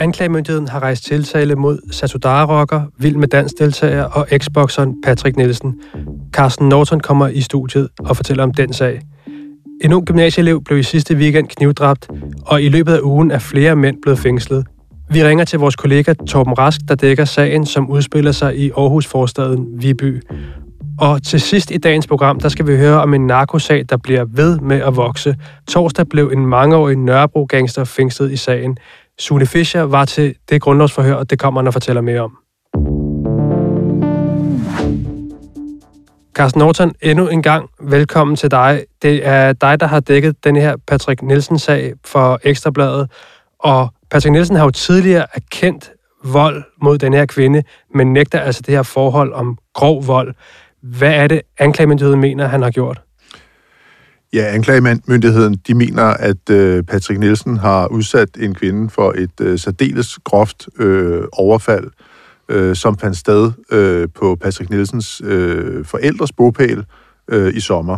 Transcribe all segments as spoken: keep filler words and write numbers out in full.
Anklagemyndigheden har rejst tiltale mod Satudarah-rocker, Vild med Dans-deltager og Xboxeren Patrick Nielsen. Carsten Norton kommer i studiet og fortæller om den sag. En ung gymnasieelev blev i sidste weekend knivdræbt, og i løbet af ugen er flere mænd blevet fængslet. Vi ringer til vores kollega Torben Rask, der dækker sagen, som udspiller sig i Aarhus-forstaden Viby. Og til sidst i dagens program, der skal vi høre om en narkosag, der bliver ved med at vokse. Torsdag blev en mangeårig Nørrebro-gangster fængslet i sagen. Sune Fischer var til det grundlovsforhør, og det kommer han og fortæller mere om. Carsten Norton, endnu en gang velkommen til dig. Det er dig, der har dækket den her Patrick Nielsen-sag for Ekstra Bladet. Og Patrick Nielsen har jo tidligere erkendt vold mod den her kvinde, men nægter altså det her forhold om grov vold. Hvad er det, anklagemyndigheden mener, han har gjort? Ja, anklagemyndigheden, de mener, at øh, Patrick Nielsen har udsat en kvinde for et øh, særdeles groft øh, overfald, øh, som fandt sted øh, på Patrick Nielsens øh, forældres bopæl øh, i sommer.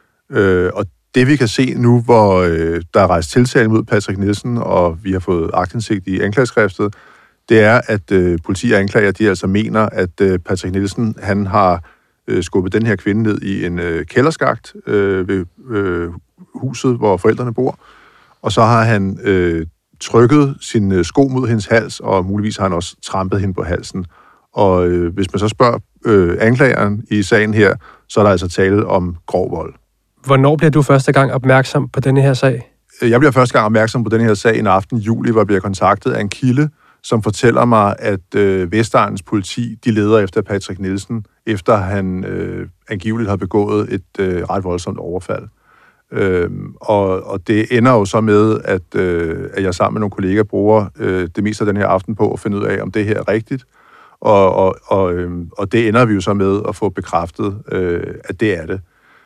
Øh, og det vi kan se nu, hvor øh, der er rejst tiltale mod Patrick Nielsen, og vi har fået aktindsigt i anklageskriftet, det er, at øh, politi og anklager, de altså mener, at øh, Patrick Nielsen, han har øh, skubbet den her kvinde ned i en øh, kælderskakt øh, ved øh, huset, hvor forældrene bor, og så har han øh, trykket sin øh, sko mod hendes hals, og muligvis har han også trampet hende på halsen. Og øh, hvis man så spørger øh, anklageren i sagen her, så er der altså tale om grov vold. Hvornår bliver du første gang opmærksom på denne her sag? Jeg bliver første gang opmærksom på denne her sag en aften i juli, hvor jeg bliver kontaktet af en kilde, som fortæller mig, at øh, Vestegnens politi, de leder efter Patrick Nielsen, efter han øh, angiveligt har begået et øh, ret voldsomt overfald. Øh, og, og det ender jo så med, at, øh, at jeg sammen med nogle kolleger bruger øh, det meste af den her aften på at finde ud af, om det her er rigtigt. Og, og, og, øh, og det ender vi jo så med at få bekræftet, øh, at det er det.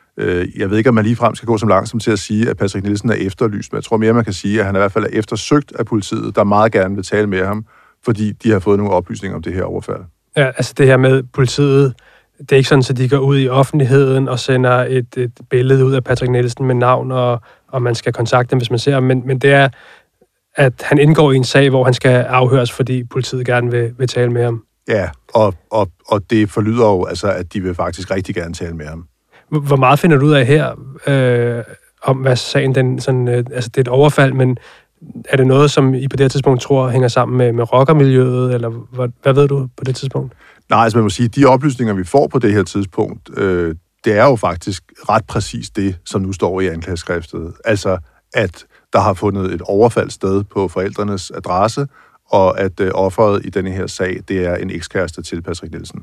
Jeg ved ikke, om man ligefrem skal gå så langt som til at sige, at Patrick Nielsen er efterlyst, men jeg tror mere, man kan sige, at han i hvert fald er eftersøgt af politiet, der meget gerne vil tale med ham, fordi de har fået nogle oplysninger om det her overfald. Ja, altså det her med politiet, det er ikke sådan, at de går ud i offentligheden og sender et, et billede ud af Patrick Nielsen med navn, og, og man skal kontakte dem, hvis man ser ham, men, men det er, at han indgår i en sag, hvor han skal afhøres, fordi politiet gerne vil, vil tale med ham. Ja, og, og, og det forlyder jo, altså, at de vil faktisk rigtig gerne tale med ham. Hvor meget finder du ud af her, øh, om hvad sagen, den, sådan, øh, altså det er et overfald, men er det noget, som I på det her tidspunkt tror hænger sammen med, med rockermiljøet, eller hvad, hvad ved du på det tidspunkt? Nej, altså man må sige, de oplysninger, vi får på det her tidspunkt, øh, det er jo faktisk ret præcis det, som nu står i anklageskriftet. Altså, at der har fundet et overfald sted på forældrenes adresse, og at øh, offeret i denne her sag, det er en ekskæreste til Patrick Nielsen.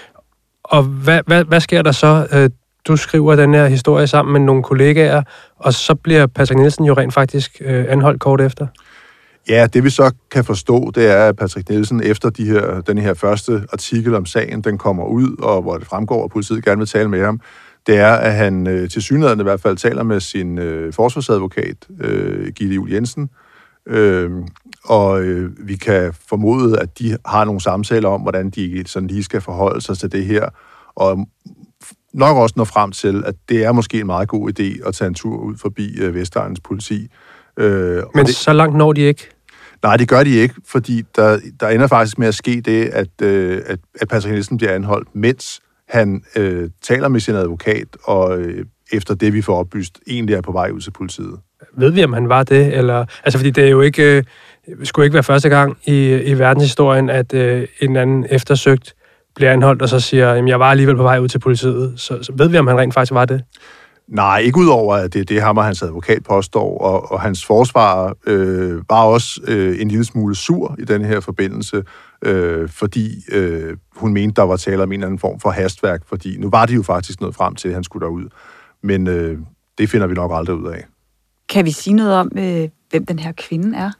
Og hvad, hvad, hvad sker der så? Øh, Du skriver den her historie sammen med nogle kollegaer, og så bliver Patrick Nielsen jo rent faktisk øh, anholdt kort efter. Ja, det vi så kan forstå, det er, at Patrick Nielsen efter de her, den her første artikel om sagen, den kommer ud, og hvor det fremgår, at politiet gerne vil tale med ham, det er, at han øh, til synligheden i hvert fald taler med sin øh, forsvarsadvokat, øh, Gitte Juhl Jensen, øh, og øh, vi kan formode, at de har nogle samtaler om, hvordan de sådan lige skal forholde sig til det her, og nok også når frem til, at det er måske en meget god idé at tage en tur ud forbi øh, Vestegnens politi. Øh, Men det, så langt når de ikke? Nej, det gør de ikke, fordi der, der ender faktisk med at ske det, at, øh, at, at Patrick Nielsen bliver anholdt, mens han øh, taler med sin advokat, og øh, efter det, vi får oplyst, egentlig er på vej ud til politiet. Ved vi, om han var det? Eller, altså, fordi det er jo ikke, øh, skulle ikke være første gang i, i verdenshistorien, at øh, en eller anden eftersøgt bliver anholdt, og så siger, at jeg var alligevel på vej ud til politiet. Så, så ved vi, om han rent faktisk var det? Nej, ikke udover, at det er det, ham og hans advokat påstår, og, og hans forsvarer øh, var også øh, en lille smule sur i den her forbindelse, øh, fordi øh, hun mente, der var tale om en eller anden form for hastværk, fordi nu var det jo faktisk noget frem til, at han skulle derud. Men øh, det finder vi nok aldrig ud af. Kan vi sige noget om, øh, hvem den her kvinde er?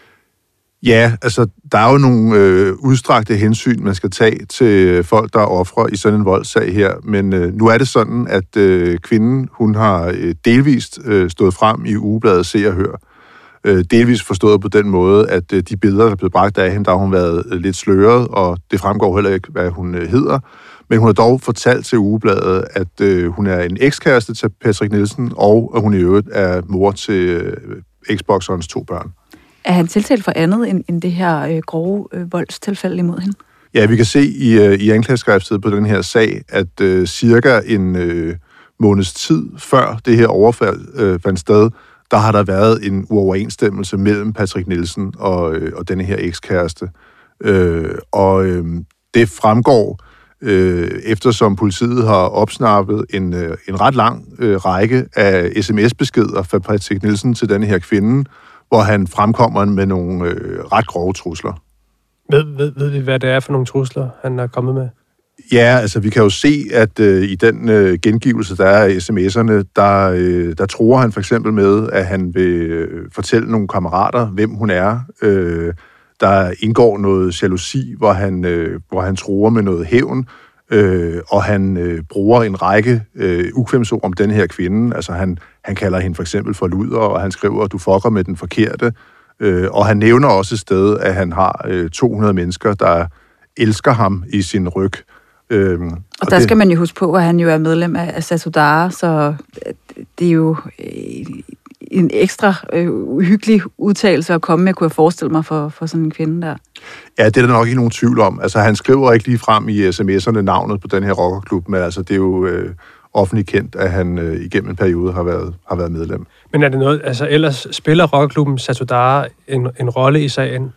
Ja, altså, der er jo nogle øh, udstrakte hensyn, man skal tage til folk, der er ofre i sådan en voldssag her. Men øh, nu er det sådan, at øh, kvinden, hun har øh, delvist øh, stået frem i ugebladet Se og Hør. Øh, delvist forstået på den måde, at øh, de billeder, der er blevet bragt af hende, der har hun været øh, lidt sløret, og det fremgår heller ikke, hvad hun øh, hedder. Men hun har dog fortalt til ugebladet, at øh, hun er en ekskæreste til Patrick Nielsen, og at hun i øvrigt er mor til øh, Xboxerens to børn. Er han tiltalt for andet end, end det her øh, grove øh, voldstilfælde imod hende? Ja, vi kan se i, øh, i anklageskriftet på den her sag, at øh, cirka en øh, måneds tid før det her overfald øh, fandt sted, der har der været en uoverensstemmelse mellem Patrick Nielsen og, øh, og denne her ekskæreste. Øh, og øh, det fremgår, øh, eftersom politiet har opsnappet en, øh, en ret lang øh, række af sms-beskeder fra Patrick Nielsen til denne her kvinde, hvor han fremkommer med nogle øh, ret grove trusler. Ved, ved, ved vi, hvad det er for nogle trusler, han er kommet med? Ja, altså vi kan jo se, at øh, i den øh, gengivelse, der er af sms'erne, der, øh, der tror han for eksempel med, at han vil øh, fortælle nogle kammerater, hvem hun er. Øh, der indgår noget jalousi, hvor han, øh, hvor han tror med noget hævn, øh, og han øh, bruger en række øh, ukvemsord om den her kvinde. Altså han, han kalder hende for eksempel for luder, og han skriver, at du fucker med den forkerte. Øh, og han nævner også et sted, at han har øh, to hundrede mennesker, der elsker ham i sin ryg. Øhm, og, og der det, skal man jo huske på, at han jo er medlem af Satudarah, så det er jo øh, en ekstra øh, uhyggelig udtalelse at komme med, kunne jeg forestille mig, for, for sådan en kvinde der. Ja, det er der nok ikke nogen tvivl om. Altså, han skriver ikke lige frem i sms'erne navnet på den her rockerklub, men altså, det er jo øh, offentligt kendt, at han øh, igennem en periode har været, har været medlem. Men er det noget, altså ellers spiller rockerklubben Satudarah en, en rolle i sagen?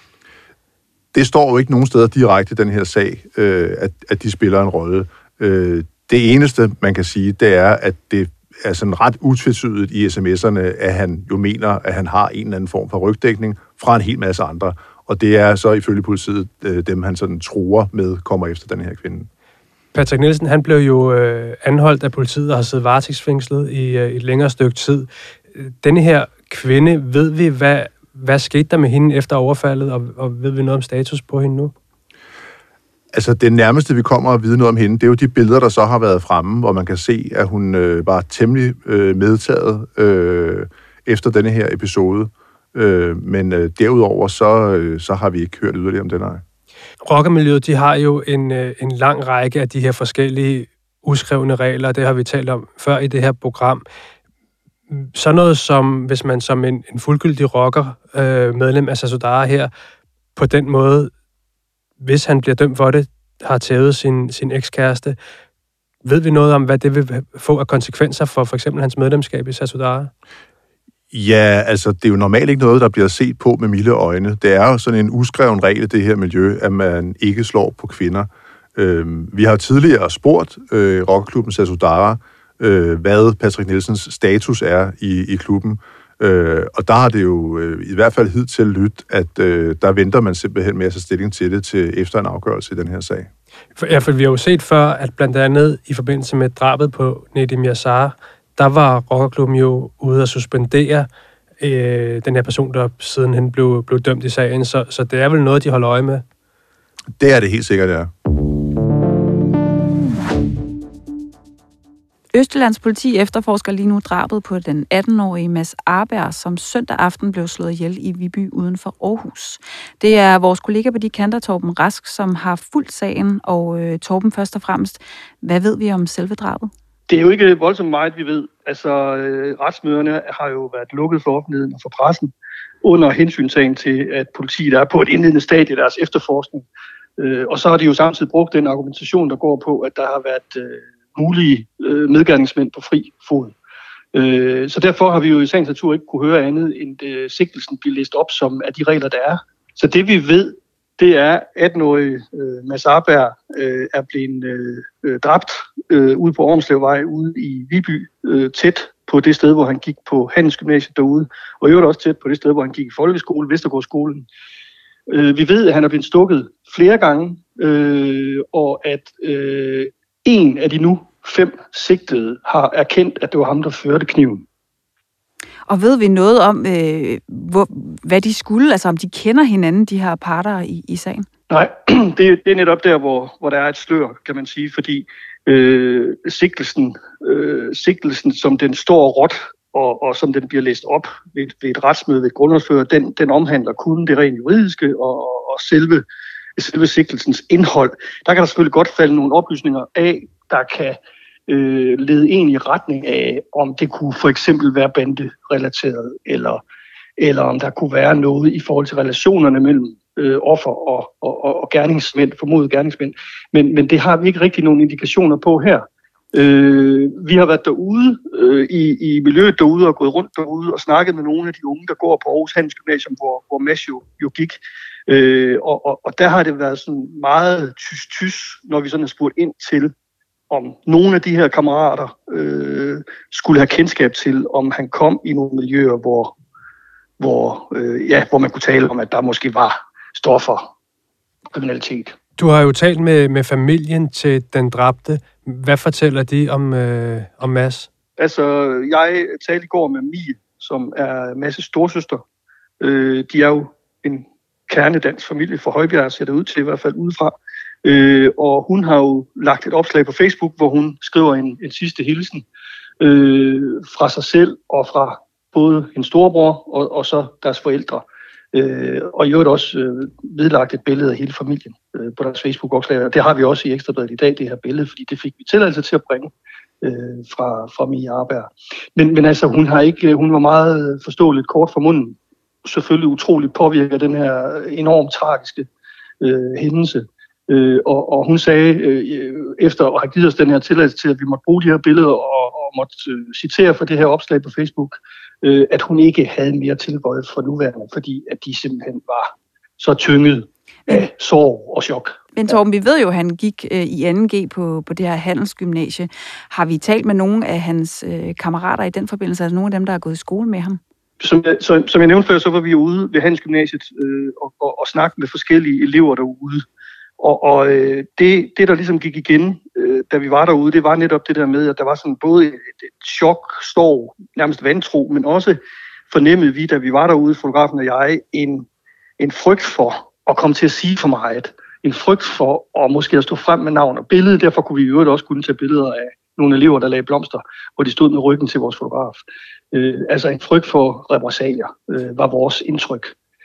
Det står jo ikke nogen steder direkte i den her sag, øh, at, at de spiller en rolle. Øh, det eneste, man kan sige, det er, at det er sådan ret utvetydigt i sms'erne, at han jo mener, at han har en eller anden form for rygdækning fra en hel masse andre. Og det er så ifølge politiet øh, dem, han sådan truer med, kommer efter den her kvinde. Patrick Nielsen, han blev jo øh, anholdt af politiet og har siddet varetægtsfængslet i øh, et længere stykke tid. Denne her kvinde, ved vi, hvad, hvad skete der med hende efter overfaldet, og, og ved vi noget om status på hende nu? Altså, det nærmeste, vi kommer at vide noget om hende, det er jo de billeder, der så har været fremme, hvor man kan se, at hun øh, var temmelig øh, medtaget øh, efter denne her episode. Øh, men øh, derudover, så, øh, så har vi ikke hørt yderligere om den her. Rockermiljøet, de har jo en, øh, en lang række af de her forskellige uskrevne regler, det har vi talt om før i det her program. Så noget som, hvis man som en, en fuldgyldig rocker, øh, medlem af Satudarah her, på den måde, hvis han bliver dømt for det, har tævet sin, sin ekskæreste. Ved vi noget om, hvad det vil få af konsekvenser for for eksempel hans medlemskab i Satudarah? Ja, altså det er jo normalt ikke noget, der bliver set på med milde øjne. Det er jo sådan en uskreven regel, det her miljø, at man ikke slår på kvinder. Øh, vi har tidligere spurgt øh, rockerklubben Satudarah, øh, hvad Patrick Nielsens status er i, i klubben. Øh, og der har det jo øh, i hvert fald hidtil lyttet, at øh, der venter man simpelthen med at tage stilling til det til efter en afgørelse i den her sag. For, ja, for vi har jo set før, at blandt andet i forbindelse med drabet på Nedim Yasar, der var rockerklubben jo ude at suspendere øh, den her person, der siden hen blev, blev dømt i sagen. Så, så det er vel noget, de holder øje med? Det er det helt sikkert, ja. Østjyllands politi efterforsker lige nu drabet på den atten-årige Mads Arberg, som søndag aften blev slået ihjel i Viby uden for Aarhus. Det er vores kollega på de kanter, Torben Rask, som har fulgt sagen. Og øh, Torben, først og fremmest, hvad ved vi om selve drabet? Det er jo ikke voldsomt meget, vi ved. Altså, øh, retsmøderne har jo været lukket for offentligheden og for pressen under hensyntagen til, at politiet er på et indledende stadie i deres efterforskning. Øh, og så har de jo samtidig brugt den argumentation, der går på, at der har været øh, mulige øh, medgerningsmænd på fri fod. Øh, så derfor har vi jo i sagens natur ikke kunne høre andet, end øh, sigtelsen bliver læst op som af de regler, der er. Så det vi ved, det er, at atten-årige øh, Mads Arberg øh, er blevet øh, dræbt øh, ude på Ormslevvej ude i Viby, øh, tæt på det sted, hvor han gik på Handelsgymnasiet derude, og i øvrigt også tæt på det sted, hvor han gik i folkeskole, Vestergårdsskolen. Øh, vi ved, at han er blevet stukket flere gange, øh, og at øh, en af de nu fem sigtede har erkendt, at det var ham, der førte kniven. Og ved vi noget om, øh, hvor, hvad de skulle, altså om de kender hinanden, de her parter i, i sagen? Nej, det, det er netop der, hvor, hvor der er et slør, kan man sige, fordi øh, sigtelsen, øh, sigtelsen, som den står råt, og, og som den bliver læst op ved, ved et retsmøde ved grundlovsfører, den, den omhandler kun det rent juridiske og, og selve, selve sigtelsens indhold. Der kan der selvfølgelig godt falde nogle oplysninger af, der kan øh, lede en i retning af, om det kunne for eksempel være banderelateret, eller eller om der kunne være noget i forhold til relationerne mellem øh, offer og, og, og, og gerningsmænd, formodet gerningsmænd. Men, men det har vi ikke rigtig nogen indikationer på her. Øh, vi har været derude øh, i, i miljøet derude og gået rundt derude og snakket med nogle af de unge, der går på Aarhus Handelsgymnasium, hvor, hvor Mads jo, jo gik. Øh, og, og, og der har det været sådan meget tys-tys, når vi sådan har spurgt ind til, om nogle af de her kammerater øh, skulle have kendskab til, om han kom i nogle miljøer, hvor, hvor, øh, ja, hvor man kunne tale om, at der måske var stoffer, kriminalitet. Du har jo talt med, med familien til den dræbte. Hvad fortæller de om, øh, om Mads? Altså, jeg talte i går med Mie, som er Mads' storsøster. Øh, de er jo en kernedansk familie fra Højbjerg, ser det ud til i hvert fald udefra. Øh, og hun har jo lagt et opslag på Facebook, hvor hun skriver en, en sidste hilsen øh, fra sig selv og fra både hendes storebror og, og så deres forældre. Øh, og i øvrigt også øh, vedlagt et billede af hele familien øh, på deres Facebook-opslag. Og det har vi også i Ekstra Bladet i dag, det her billede, fordi det fik vi tilladelse til at bringe øh, fra, fra Mie Arberg. Men, men altså, hun, har ikke, hun var meget forståeligt kort fra munden. Selvfølgelig utroligt påvirket af den her enormt tragiske øh, hændelse. Øh, og, og hun sagde, øh, efter at have givet os den her tilladelse til, at vi måtte bruge de her billeder og, og måtte øh, citere for det her opslag på Facebook, øh, at hun ikke havde mere tilbøjet for nuværende, fordi at de simpelthen var så tynget af sorg og chok. Men Torben, vi ved jo, at han gik øh, i anden G på, på det her handelsgymnasie. Har vi talt med nogle af hans øh, kammerater i den forbindelse? Er der nogle af dem, der er gået i skole med ham? Som jeg, så, som jeg nævnte før, så var vi ude ved handelsgymnasiet øh, og, og, og snakke med forskellige elever derude. Og, og øh, det, det, der ligesom gik igen, øh, da vi var derude, det var netop det der med, at der var sådan både et, et chok, sorg, nærmest vantro, men også fornemmede vi, da vi var derude, fotografen og jeg, en, en frygt for at komme til at sige for meget. En frygt for at måske at stå frem med navn og billede. Derfor kunne vi i øvrigt også kunne tage billeder af nogle elever, der lagde blomster, hvor de stod med ryggen til vores fotograf. Øh, altså en frygt for repressalier øh, var vores indtryk.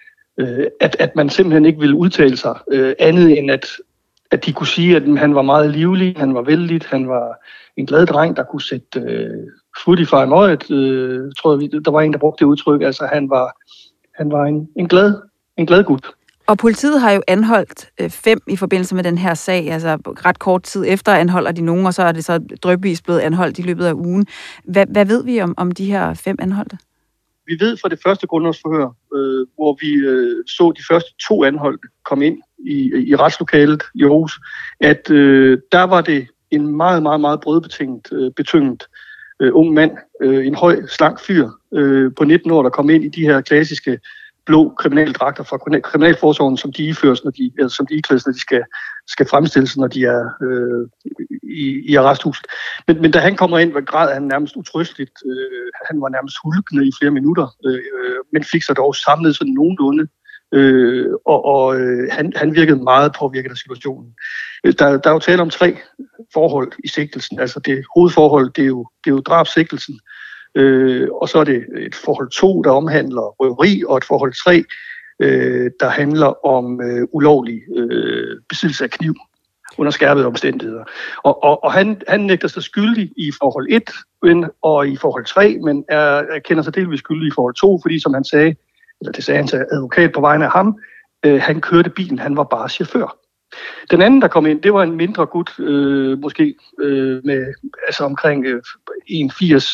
Øh, at, at man simpelthen ikke ville udtale sig øh, andet end at, at de kunne sige, at han var meget livlig, han var vældig, han var en glad dreng, der kunne sætte øh, fod i far i møget. Øh, tror jeg, der var en, der brugte det udtryk. Altså han var, han var en, en, glad, en glad gut. Og politiet har jo anholdt øh, fem i forbindelse med den her sag. Altså ret kort tid efter anholder de nogen, og så er det så drypvis blevet anholdt i løbet af ugen. Hvad, hvad ved vi om, om de her fem anholdte? Vi ved fra det første grundlovsforhør, øh, hvor vi øh, så de første to anholdte komme ind i, i retslokalet i Aarhus, at øh, der var det en meget, meget, meget brødbetinget, øh, betynget øh, ung mand, øh, en høj, slank fyr øh, på nitten år, der kom ind i de her klassiske blå kriminaldragter fra kriminalforsorgen, som de iføres, når de, altså, som de iklædes, når de skal, skal fremstilles, når de er øh, i, i arresthuset. Men, men da han kommer ind, var græd han nærmest utrysteligt. Øh, han var nærmest hulkende i flere minutter, øh, men fik sig dog samlet sådan nogenlunde. Øh, og og øh, han, han virkede meget påvirket af situationen. Der, der er jo tale om tre forhold i sigtelsen. Altså det hovedforhold, det er jo, det er jo drabssigtelsen. Øh, og så er det et forhold to, der omhandler røveri, og et forhold tre, øh, der handler om øh, ulovlig øh, besiddelse af kniv under skærpede omstændigheder. Og, og, og han, han nægter sig skyldig i forhold et og i forhold tre, men er, erkender sig delvis skyldig i forhold to, fordi som han sagde, eller det sagde han til advokat på vegne af ham, øh, han kørte bilen, han var bare chauffør. Den anden, der kom ind, det var en mindre gut, øh, måske øh, med altså omkring øh, en komma firs,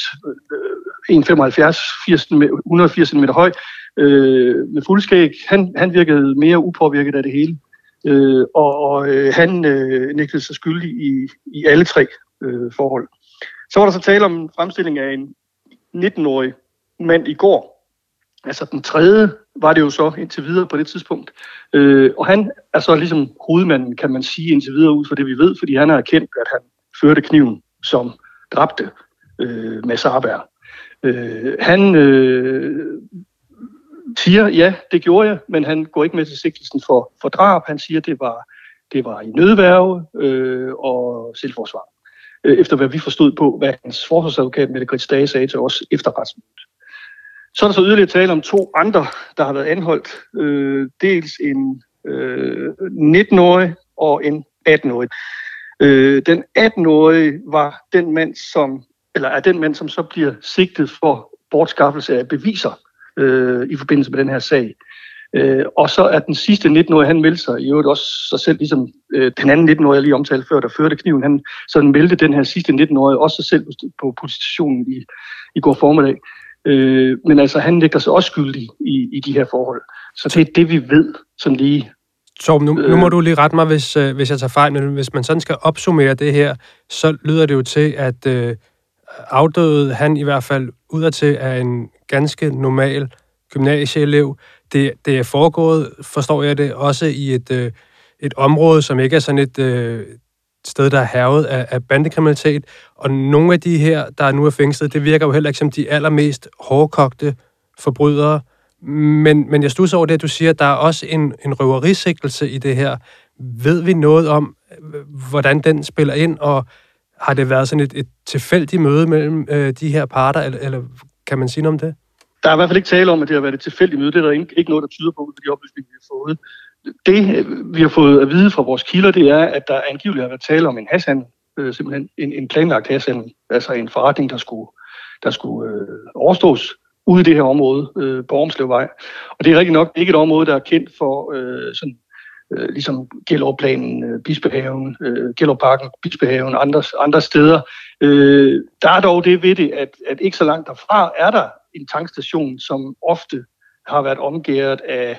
øh, en komma femoghalvfjerds, firs, et hundrede og firs centimeter høj, øh, med fuldskæg. Han, han virkede mere upåvirket af det hele, øh, og, og øh, han øh, nægtede sig skyldig i, i alle tre øh, forhold. Så var der så tale om en fremstilling af en nitten-årig mand i går. Altså den tredje var det jo så indtil videre på det tidspunkt. Øh, og han er så ligesom hovedmanden, kan man sige, indtil videre ud fra det, vi ved, fordi han har erkendt, at han førte kniven, som dræbte øh, Mads Arberg. Øh, han øh, siger, ja, det gjorde jeg, men han går ikke med til sigtelsen for, for drab. Han siger, det var, det var i nødværge øh, og selvforsvar. Øh, efter hvad vi forstod på, hvad hans forsvarsadvokat Mette Grits Dage sagde til os efter retsmødet. Så er der så yderligere tale om to andre, der har været anholdt. Øh, dels en øh, nitten-årig og en atten-årig. Øh, den atten-årige var den mand, som, eller er den mand, som så bliver sigtet for bortskaffelse af beviser øh, i forbindelse med den her sag. Øh, og så er den sidste nitten-årige, han meldte sig i øvrigt også sig selv, ligesom øh, den anden nitten-årige, jeg lige omtalte før, der førte kniven, han så den meldte den her sidste nitten-årige også sig selv på politistationen i, i går formiddag. Øh, men altså, han lægger sig også skyldig i, i de her forhold. Så det er det, vi ved, sådan lige. Torben, nu, nu må du lige rette mig, hvis, øh, hvis jeg tager fejl, men hvis man sådan skal opsummere det her, så lyder det jo til, at øh, afdøde han i hvert fald udadtil er en ganske normal gymnasieelev. Det, det er foregået, forstår jeg det, også i et, øh, et område, som ikke er sådan et øh, sted, der er hærget af, af bandekriminalitet. Og nogle af de her, der nu er fængslet, det virker jo heller ikke som de allermest hårdkogte forbrydere. Men, men jeg studser over det, at du siger, at der er også en, en røverisigtelse i det her. Ved vi noget om, hvordan den spiller ind, og har det været sådan et, et tilfældigt møde mellem øh, de her parter, eller, eller kan man sige noget om det? Der er i hvert fald ikke tale om, at det har været et tilfældigt møde. Det er der ikke, ikke noget, der tyder på, de oplysninger, vi har fået. Det, vi har fået at vide fra vores kilder, det er, at der angiveligt har været tale om en hashhandel, øh, simpelthen en, en planlagt hashhandel, altså en forretning, der skulle, der skulle øh, overstås ude i det her område øh, på Ormslevvej. Og det er rigtig nok ikke et område, der er kendt for øh, sådan, øh, ligesom Gellerupplanen, øh, Bispehaven, øh, Gellerupparken, Bispehaven og andre, andre steder. Øh, der er dog det ved det, at, at ikke så langt derfra er der en tankstation, som ofte har været omgærdet af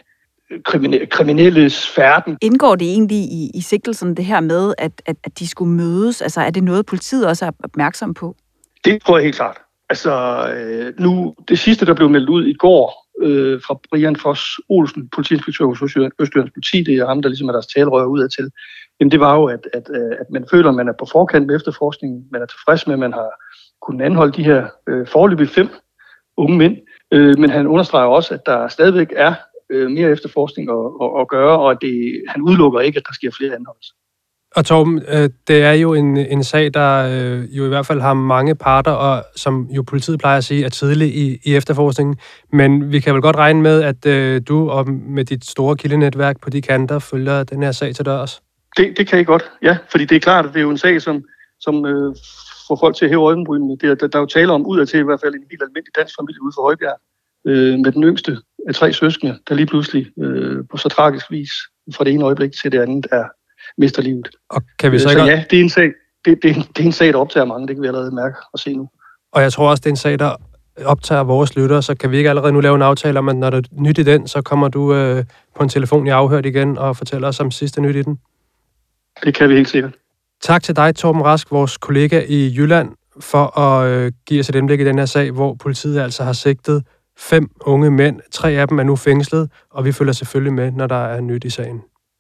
kriminelles færden. Indgår det egentlig i, i sigtelsen det her med, at, at, at de skulle mødes? Altså er det noget, politiet også er opmærksom på? Det tror jeg helt klart. Altså øh, nu, det sidste, der blev meldt ud i går øh, fra Brian Foss Olsen, politiinspektør hos Østjyllands Politi, det er ham, der ligesom er deres talerør udadtil, jamen det var jo, at, at, at man føler, at man er på forkant med efterforskningen, man er tilfreds med, at man har kunnet anholde de her øh, foreløbig fem unge mænd, øh, men han understreger også, at der stadigvæk er øh, mere efterforskning at, at, at gøre, og at det, han udelukker ikke, at der sker flere anholdelser. Og Torben, øh, det er jo en, en sag, der øh, jo i hvert fald har mange parter, og som jo politiet plejer at sige, er tidlig i, i efterforskningen. Men vi kan vel godt regne med, at øh, du og med dit store kildenetværk på de kanter følger den her sag til dørs. Det, det kan I godt, ja. Fordi det er klart, at det er jo en sag, som, som øh, får folk til at hæve øjenbrynene. Der, der er jo tale om udadtil i hvert fald en helt almindelig dansk familie ude for Højbjerg, øh, med den yngste af tre søskende, der lige pludselig øh, på så tragisk vis fra det ene øjeblik til det andet er mister livet. Og kan vi så, så ikke... ja, det er en sag, det, det, det er en sag, der optager mange. Det kan vi allerede mærke og se nu. Og jeg tror også, det er en sag, der optager vores lyttere, så kan vi ikke allerede nu lave en aftale om, at når der er nyt i den, så kommer du øh, på en telefon i afhørt igen og fortæller os om sidste nyt i den? Det kan vi helt sikkert. Tak til dig, Torben Rask, vores kollega i Jylland, for at øh, give os et indblik i den her sag, hvor politiet altså har sigtet fem unge mænd. Tre af dem er nu fængslet, og vi følger selvfølgelig med, når der er nyt i sagen.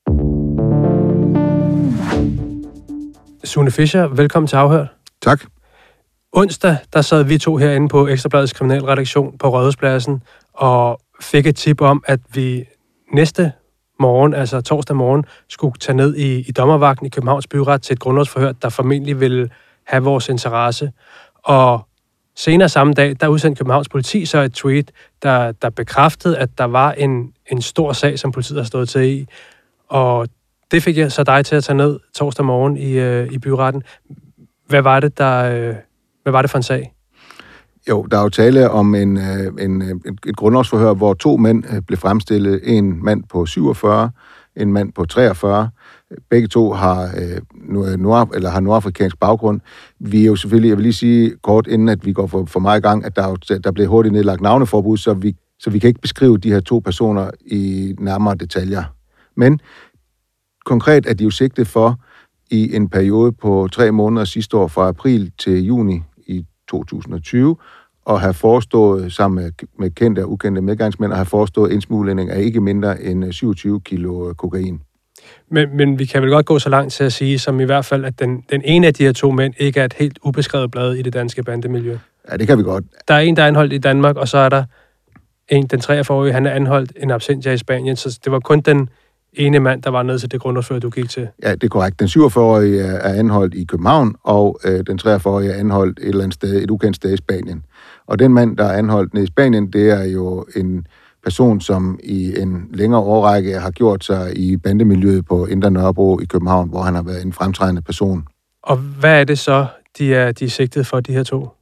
Sune Fischer, velkommen til Afhørt. Tak. Onsdag, der sad vi to herinde på Ekstra Bladets kriminalredaktion på Rådhuspladsen og fik et tip om, at vi næste morgen, altså torsdag morgen, skulle tage ned i, i dommervagten i Københavns Byret til et grundlovsforhør, der formentlig ville have vores interesse. Og senere samme dag, der udsendte Københavns Politi så et tweet, der, der bekræftede, at der var en, en stor sag, som politiet har stået til i. Og det fik jeg så dig til at tage ned torsdag morgen i, øh, i byretten. Hvad var det, der, øh, hvad var det for en sag? Jo, der er jo tale om en, en, et, et grundlovsforhør, hvor to mænd blev fremstillet. En mand på syvogfyrre, en mand på treogfyrre. Begge to har, øh, nord, eller har nordafrikansk baggrund. Vi er jo selvfølgelig, jeg vil lige sige kort, inden at vi går for, for meget i gang, at der, er, der blev hurtigt nedlagt navneforbud, så vi, så vi kan ikke beskrive de her to personer i nærmere detaljer. Men konkret er de jo sigtet for i en periode på tre måneder sidste år, fra april til juni i to tusind og tyve, og have forestået, sammen med, med kendte og ukendte medgangsmænd, og have forestået indsmugling af ikke mindre end syvogtyve kilo kokain. Men, men vi kan vel godt gå så langt til at sige, som i hvert fald, at den, den ene af de her to mænd ikke er et helt ubeskrevet blad i det danske bandemiljø. Ja, det kan vi godt. Der er en, der er anholdt i Danmark, og så er der en, den treogfyrre-årige, han er anholdt en absentia i Spanien, så det var kun den ene mand, der var nede til det grundlovsforhør, du gik til. Ja, det er korrekt. Den syvogfyrre-årige er anholdt i København, og øh, den treogfyrre-årige er anholdt et eller andet sted, et ukendt sted i Spanien. Og den mand, der er anholdt nede i Spanien, det er jo en person, som i en længere årrække har gjort sig i bandemiljøet på Indre Nørrebro i København, hvor han har været en fremtrædende person. Og hvad er det så, de er, de er sigtet for, de her to?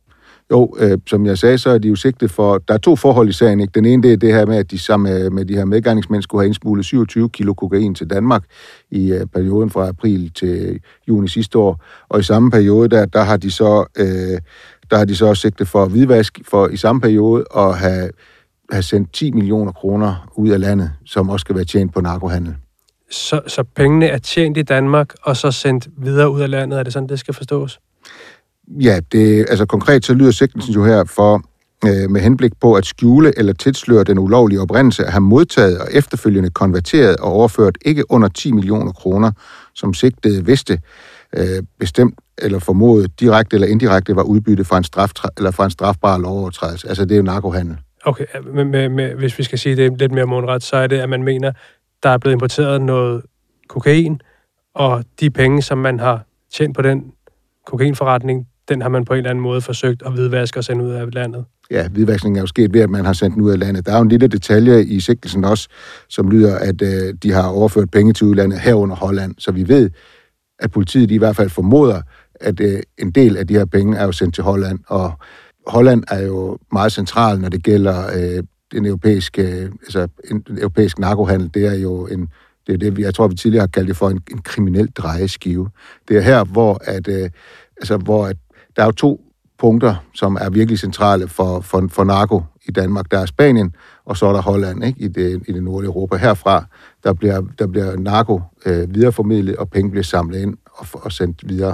Jo, øh, som jeg sagde, så er de jo sigtet for... Der er to forhold i sagen, ikke? Den ene, det er det her med, at de sammen med de her medgerningsmænd skulle have indsmuglet syvogtyve kilo kokain til Danmark i øh, perioden fra april til juni sidste år. Og i samme periode, der, der har de så... Øh, der har de så sigtet for hvidvask for i samme periode at have, have sendt ti millioner kroner ud af landet, som også skal være tjent på narkohandel. Så, så pengene er tjent i Danmark, og så sendt videre ud af landet? Er det sådan, det skal forstås? Ja, det, altså konkret så lyder sigtelsen jo her for øh, med henblik på at skjule eller tilsløre den ulovlige oprindelse at have modtaget og efterfølgende konverteret og overført ikke under ti millioner kroner, som sigtede vidste øh, bestemt eller formodet direkte eller indirekte var udbytte fra en, straf, eller fra en strafbar lovovertrædelse. Altså det er jo narkohandel. Okay, med, med, med, hvis vi skal sige det lidt mere mundret, så er det, at man mener, der er blevet importeret noget kokain, og de penge, som man har tjent på den kokainforretning, den har man på en eller anden måde forsøgt at hvidvaske og sende ud af landet. Ja, hvidvaskningen er jo sket ved, at man har sendt den ud af landet. Der er jo en lille detalje i sigtelsen også, som lyder, at øh, de har overført penge til udlandet herunder Holland. Så vi ved, at politiet i hvert fald formoder, at øh, en del af de her penge er jo sendt til Holland. Og Holland er jo meget central, når det gælder øh, den europæiske, altså en, den europæiske narkohandel. Det er jo en, det er det, jeg tror, vi tidligere har kaldt det for en, en kriminel drejeskive. Det er her, hvor at, øh, altså, hvor at der er jo to punkter, som er virkelig centrale for, for, for narko i Danmark. Der er Spanien, og så er der Holland, ikke? I, det, i det nordlige Europa. Herfra, der bliver, der bliver narko øh, videreformidlet, og penge bliver samlet ind og, og sendt videre.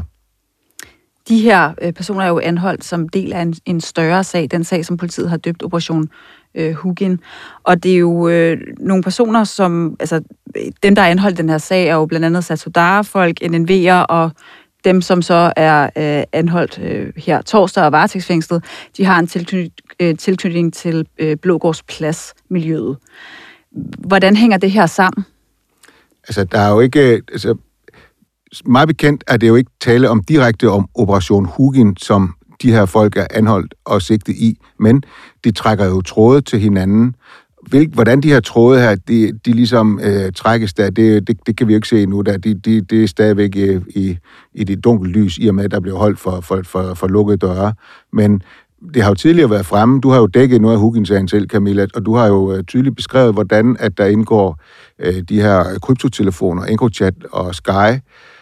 De her øh, personer er jo anholdt som del af en, en større sag, den sag, som politiet har døbt Operation øh, Hugin. Og det er jo øh, nogle personer, som, altså dem, der er anholdt den her sag, er jo blandt andet Satudarah-folk, N N V'er og dem, som så er øh, anholdt øh, her torsdag og varetægtsfængslet, de har en tilknytning, øh, tilknytning til øh, Blågårds Plads-miljøet. Hvordan hænger det her sammen? Altså, der er jo ikke... Altså, meget bekendt er det jo ikke tale om direkte om Operation Hugin, som de her folk er anholdt og sigtet i, men de trækker jo tråde til hinanden. Hvil, hvordan de her tråde her, de, de ligesom øh, trækkes der, det, det, det kan vi jo ikke se endnu. Der. De, de, det er stadigvæk i, i, i det dunkle lys, i og med, at der bliver holdt for, for, for, for lukkede døre. Men det har jo tidligere været fremme. Du har jo dækket noget af Hugin-sagen selv, Camilla, og du har jo øh, tydeligt beskrevet, hvordan at der indgår øh, de her kryptotelefoner, EncroChat og Sky.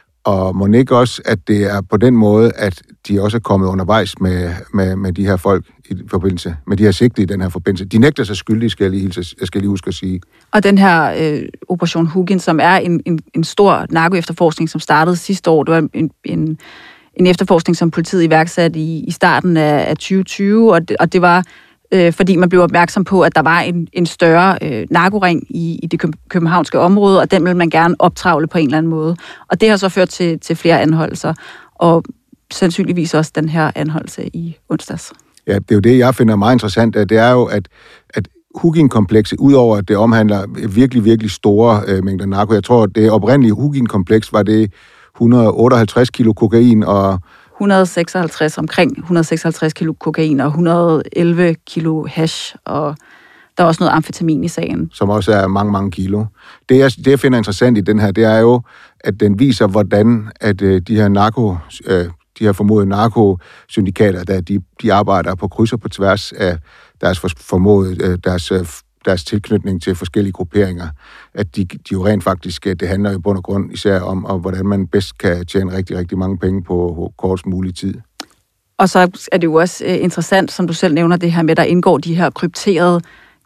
Og må ikke også, at det er på den måde, at de også er kommet undervejs med, med, med de her folk i forbindelse, med de her sigte i den her forbindelse. De nægter sig skyldige, skal jeg lige, hilse, jeg skal lige huske at sige. Og den her øh, Operation Hugin, som er en, en, en stor narkoefterforskning, som startede sidste år, det var en, en, en efterforskning, som politiet iværksatte i, i starten af, af tyve tyve, og det, og det var øh, fordi man blev opmærksom på, at der var en, en større øh, narkoring i, i det københavnske område, og den ville man gerne optravle på en eller anden måde. Og det har så ført til, til flere anholdelser, og sandsynligvis også den her anholdelse i onsdags. Ja, det er jo det, jeg finder meget interessant. Det er jo, at, at Hugin-komplekset, udover at det omhandler virkelig, virkelig store øh, mængder narko, jeg tror, det oprindelige Hugin-kompleks var det et hundrede og otteoghalvtreds kilo kokain og et hundrede og seksoghalvtreds, omkring et hundrede og seksoghalvtreds kilo kokain og et hundrede og elleve kilo hash, og der er også noget amfetamin i sagen. Som også er mange, mange kilo. Det, jeg, det, jeg finder interessant i den her, det er jo, at den viser, hvordan at øh, de her narko, øh, de her formodede narkosyndikater, der de, de arbejder på kryds og på tværs af deres formodede, øh, deres, øh, deres tilknytning til forskellige grupperinger, at de, de jo rent faktisk, det handler jo i bund og grund især om, om, hvordan man bedst kan tjene rigtig, rigtig mange penge på kortest mulig tid. Og så er det jo også interessant, som du selv nævner, det her med, at der indgår de her krypterede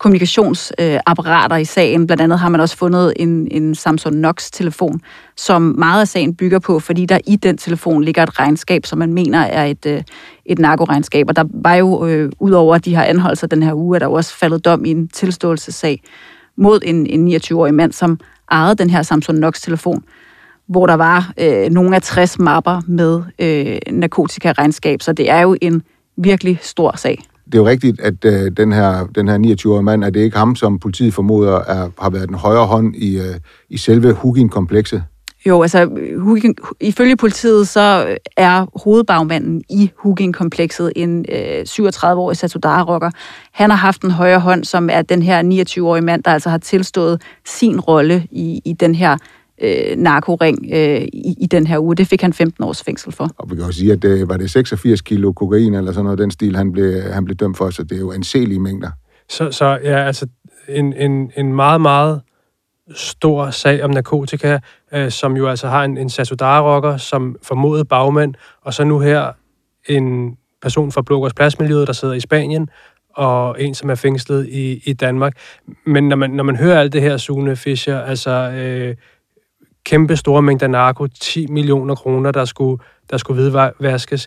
kommunikationsapparater i sagen. Blandt andet har man også fundet en, en Samsung Knox-telefon, som meget af sagen bygger på, fordi der i den telefon ligger et regnskab, som man mener er et, et narkoregnskab. Og der var jo, øh, ud over de her anholdelser den her uge, er der jo også faldet dom i en tilståelsessag mod en, en niogtyve-årig mand, som ejede den her Samsung Knox-telefon, hvor der var øh, nogle af tres mapper med øh, narkotikaregnskab. Så det er jo en virkelig stor sag. Det er jo rigtigt, at øh, den her, den her niogtyve-årige mand, at det ikke ham, som politiet formoder, er, har været den højre hånd i, øh, i selve Hugin-komplekset. Jo, altså Hugin, ifølge politiet, så er hovedbagmanden i Hugin-komplekset en øh, syvogtredive-årig Satudarah-rocker. Han har haft en højre hånd, som er den her niogtyve-årige mand, der altså har tilstået sin rolle i, i den her øh, narkoring øh, i, i den her uge. Det fik han femten års fængsel for. Og vi kan også sige, at det var det seksogfirs kilo kokain eller sådan noget, den stil, han blev, han blev dømt for, så det er jo anselige mængder. Så, så ja, altså en, en, en meget, meget stor sag om narkotika, øh, som jo altså har en, en Satudarah-rocker som formodet bagmand, og så nu her en person fra Blågårds Plads-miljøet, der sidder i Spanien, og en, som er fængslet i, i Danmark. Men når man, når man hører alt det her, Sune Fischer, altså øh, kæmpe store mængder narko, ti millioner kroner, der skulle, der skulle hvidvaskes.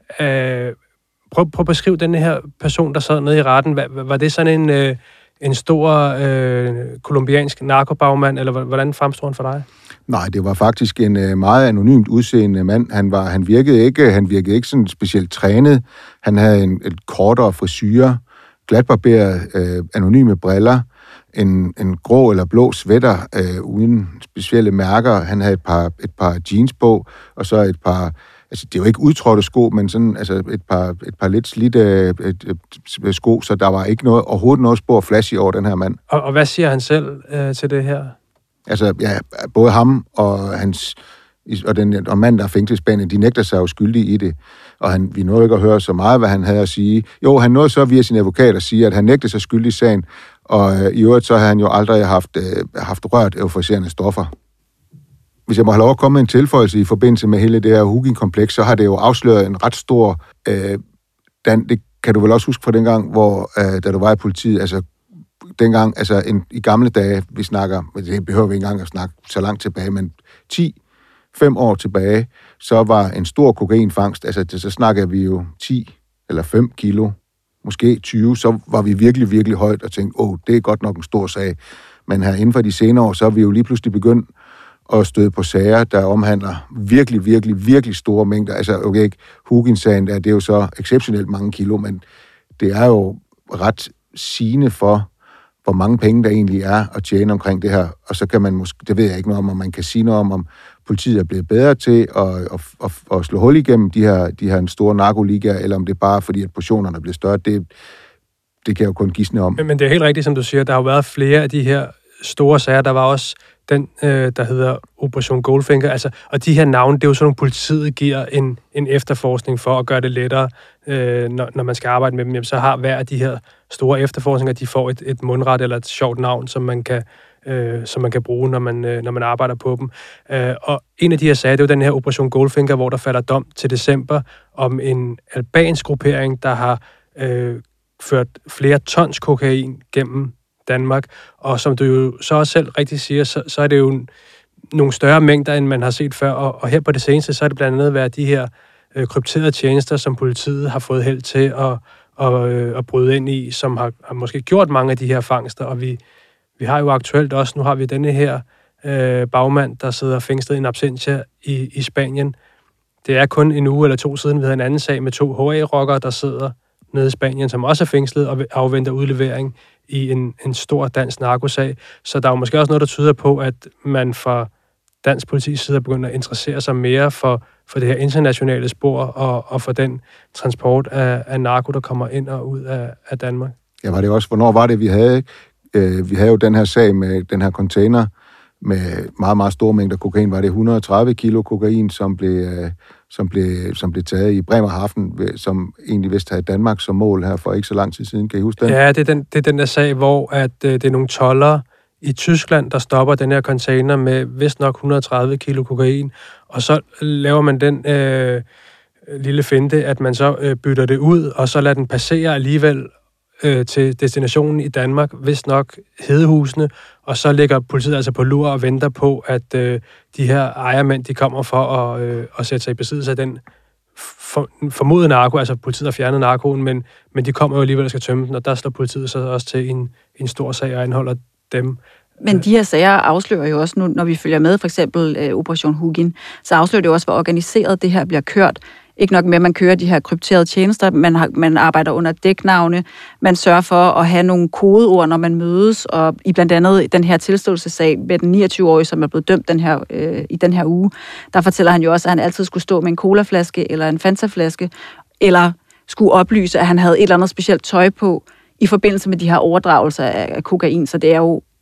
Øh, prøv, prøv at beskrive den her person, der sad nede i retten. Var, var det sådan en, øh, en stor øh, kolumbiansk narkobagmand, eller hvordan fremstod han for dig? Nej, det var faktisk en øh, meget anonymt udseende mand. Han var, han virkede ikke, han virkede ikke sådan specielt trænet. Han havde en et kortere frisyre, glatbarberet, øh, anonyme briller, en, en grå eller blå sweater øh, uden specielle mærker. Han havde et par, et par jeans på, og så et par, altså det var ikke udtrådte sko, men sådan altså et par, et par lidt slidte et, et, et sko, så der var ikke noget, overhovedet noget spor flashy over den her mand. Og, og hvad siger han selv øh, til det her? Altså, ja, både ham og hans og den og mand, der er fængslet i Spanien, de nægter sig jo skyldige i det. Og han, vi nåede ikke at høre så meget, hvad han havde at sige. Jo, han nåede så via sin advokat at sige, at han nægter sig skyldig i sagen, og øh, i øvrigt så har han jo aldrig haft, øh, haft rørt euforiserende stoffer. Hvis jeg må have lov at komme med en tilføjelse i forbindelse med hele det her Hugin-kompleks, så har det jo afsløret en ret stor... Øh, den, det kan du vel også huske fra dengang, hvor øh, da du var i politiet, altså dengang, altså en, i gamle dage, vi snakker, det behøver vi ikke engang at snakke så langt tilbage, men ti, fem år tilbage, så var en stor kokainfangst, altså det, så snakker vi jo ti eller fem kilo, måske tyve, så var vi virkelig, virkelig højt og tænkte, åh, det er godt nok en stor sag. Men her inden for de senere år, så er vi jo lige pludselig begyndt at støde på sager, der omhandler virkelig, virkelig, virkelig store mængder. Altså, okay, ikke, Hugin-sagen, det er jo så exceptionelt mange kilo, men det er jo ret sigende for, hvor mange penge der egentlig er at tjene omkring det her. Og så kan man måske, det ved jeg ikke noget om, om man kan sige noget om, om politiet er blevet bedre til at, at, at, at slå hul igennem de her, de her store narkoligaer, eller om det er bare fordi, at portionerne bliver større. Det, det kan jeg jo kun gisne om. Men, men det er helt rigtigt, som du siger. Der har jo været flere af de her store sager. Der var også den, øh, der hedder Operation Goldfinger. Altså, og de her navne, det er jo sådan nogle, politiet giver en, en efterforskning for at gøre det lettere, øh, når, når man skal arbejde med dem. Jamen, så har hver af de her store efterforskninger, de får et, et mundret eller et sjovt navn, som man kan, øh, som man kan bruge, når man, øh, når man arbejder på dem. Øh, og en af de her sager, det er jo den her Operation Goldfinger, hvor der falder dom til december om en albansk gruppering, der har øh, ført flere tons kokain gennem Danmark, og som du jo så også selv rigtig siger, så, så er det jo nogle større mængder, end man har set før, og, og her på det seneste, så er det blandt andet været de her øh, krypterede tjenester, som politiet har fået held til at, og, øh, at bryde ind i, som har, har måske gjort mange af de her fangster, og vi, vi har jo aktuelt også, nu har vi denne her øh, bagmand, der sidder fængslet i en absentia i, i Spanien. Det er kun en uge eller to siden, vi havde en anden sag med to H A-rockere, der sidder nede i Spanien, som også er fængslet og afventer udlevering i en, en stor dansk narkosag. Så der er jo måske også noget, der tyder på, at man fra dansk politis side er begyndt at interessere sig mere for, for det her internationale spor og, og for den transport af, af narko, der kommer ind og ud af, af Danmark. Ja, var det også, hvornår var det, vi havde? Øh, vi havde jo den her sag med den her container med meget, meget store mængder kokain. Var det et hundrede og tredive kilo kokain, som blev, øh, som blev, som blev taget i Bremerhaven, som egentlig vist havde Danmark som mål her for ikke så lang tid siden. Kan I huske den? Ja, det er den, det er den der sag, hvor at, øh, det er nogle toldere i Tyskland, der stopper den her container med vist nok et hundrede og tredive kilo kokain, og så laver man den øh, lille finte, at man så øh, bytter det ud, og så lader den passere alligevel øh, til destinationen i Danmark, vist nok Hedehusene, og så ligger politiet altså på lur og venter på, at øh, de her ejermænd, de kommer for at, øh, at sætte sig i besiddelse af den for, formodede narko, altså politiet har fjernet narkoen, men, men de kommer jo alligevel og skal tømme den, og der slår politiet så også til en, en stor sag og anholder dem. Men de her sager afslører jo også nu, når vi følger med, for eksempel øh, Operation Hugin, så afslører det jo også, hvor organiseret det her bliver kørt. Ikke nok med, at man kører de her krypterede tjenester, man, har, man arbejder under dæknavne, man sørger for at have nogle kodeord, når man mødes, og i blandt andet den her tilståelsessag med den niogtyve-årige, som er blevet dømt den her, øh, i den her uge, der fortæller han jo også, at han altid skulle stå med en colaflaske eller en Fanta-flaske, eller skulle oplyse, at han havde et eller andet specielt tøj på, i forbindelse med de her overdragelser af kokain, så det er jo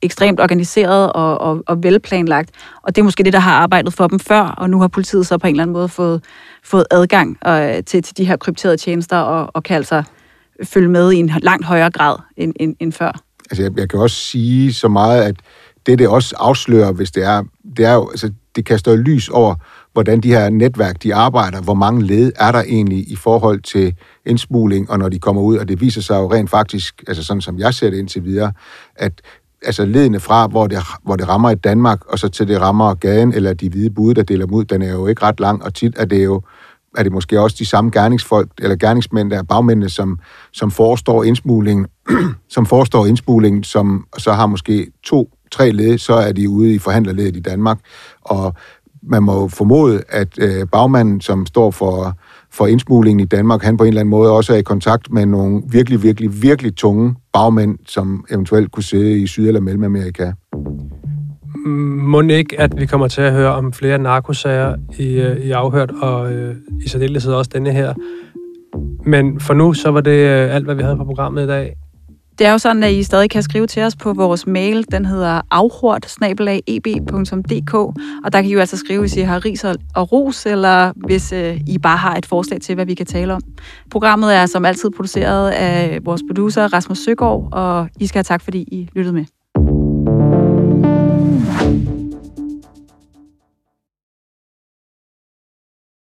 ekstremt organiseret og, og, og velplanlagt. Og det er måske det, der har arbejdet for dem før, og nu har politiet så på en eller anden måde fået, fået adgang øh, til, til de her krypterede tjenester, og, og kan altså følge med i en langt højere grad end, end, end før. Altså, jeg, jeg kan også sige så meget, at det, det også afslører, hvis det er, det er jo, altså, det kaster jo lys over, hvordan de her netværk, de arbejder, hvor mange led er der egentlig i forhold til indsmugling, og når de kommer ud, og det viser sig jo rent faktisk, altså sådan som jeg ser det indtil videre, at altså ledene fra, hvor det, hvor det rammer i Danmark, og så til det rammer gaden, eller de hvide bude, der deler dem ud, den er jo ikke ret lang, og tit er det jo er det måske også de samme gerningsfolk, eller gerningsmænd, der er bagmændene, som, som forestår indsmuglingen, som forestår indsmuglingen, som så har måske to, tre led, så er de ude i forhandlerledet i Danmark, og man må formode, at øh, bagmanden, som står for, for indsmuglingen i Danmark, han på en eller anden måde også er i kontakt med nogle virkelig, virkelig, virkelig tunge bagmænd, som eventuelt kunne sidde i Syd- eller Mellemamerika. Må ikke, at vi kommer til at høre om flere narkosager i, i afhørt, og øh, i særdeleshed også denne her. Men for nu, så var det øh, alt, hvad vi havde på programmet i dag. Det er jo sådan, at I stadig kan skrive til os på vores mail. Den hedder afhørt snabel-a e b punktum d k, og der kan I jo altså skrive, hvis I har ris og ros, eller hvis øh, I bare har et forslag til, hvad vi kan tale om. Programmet er som altid produceret af vores producer Rasmus Søgaard, og I skal have tak, fordi I lyttede med.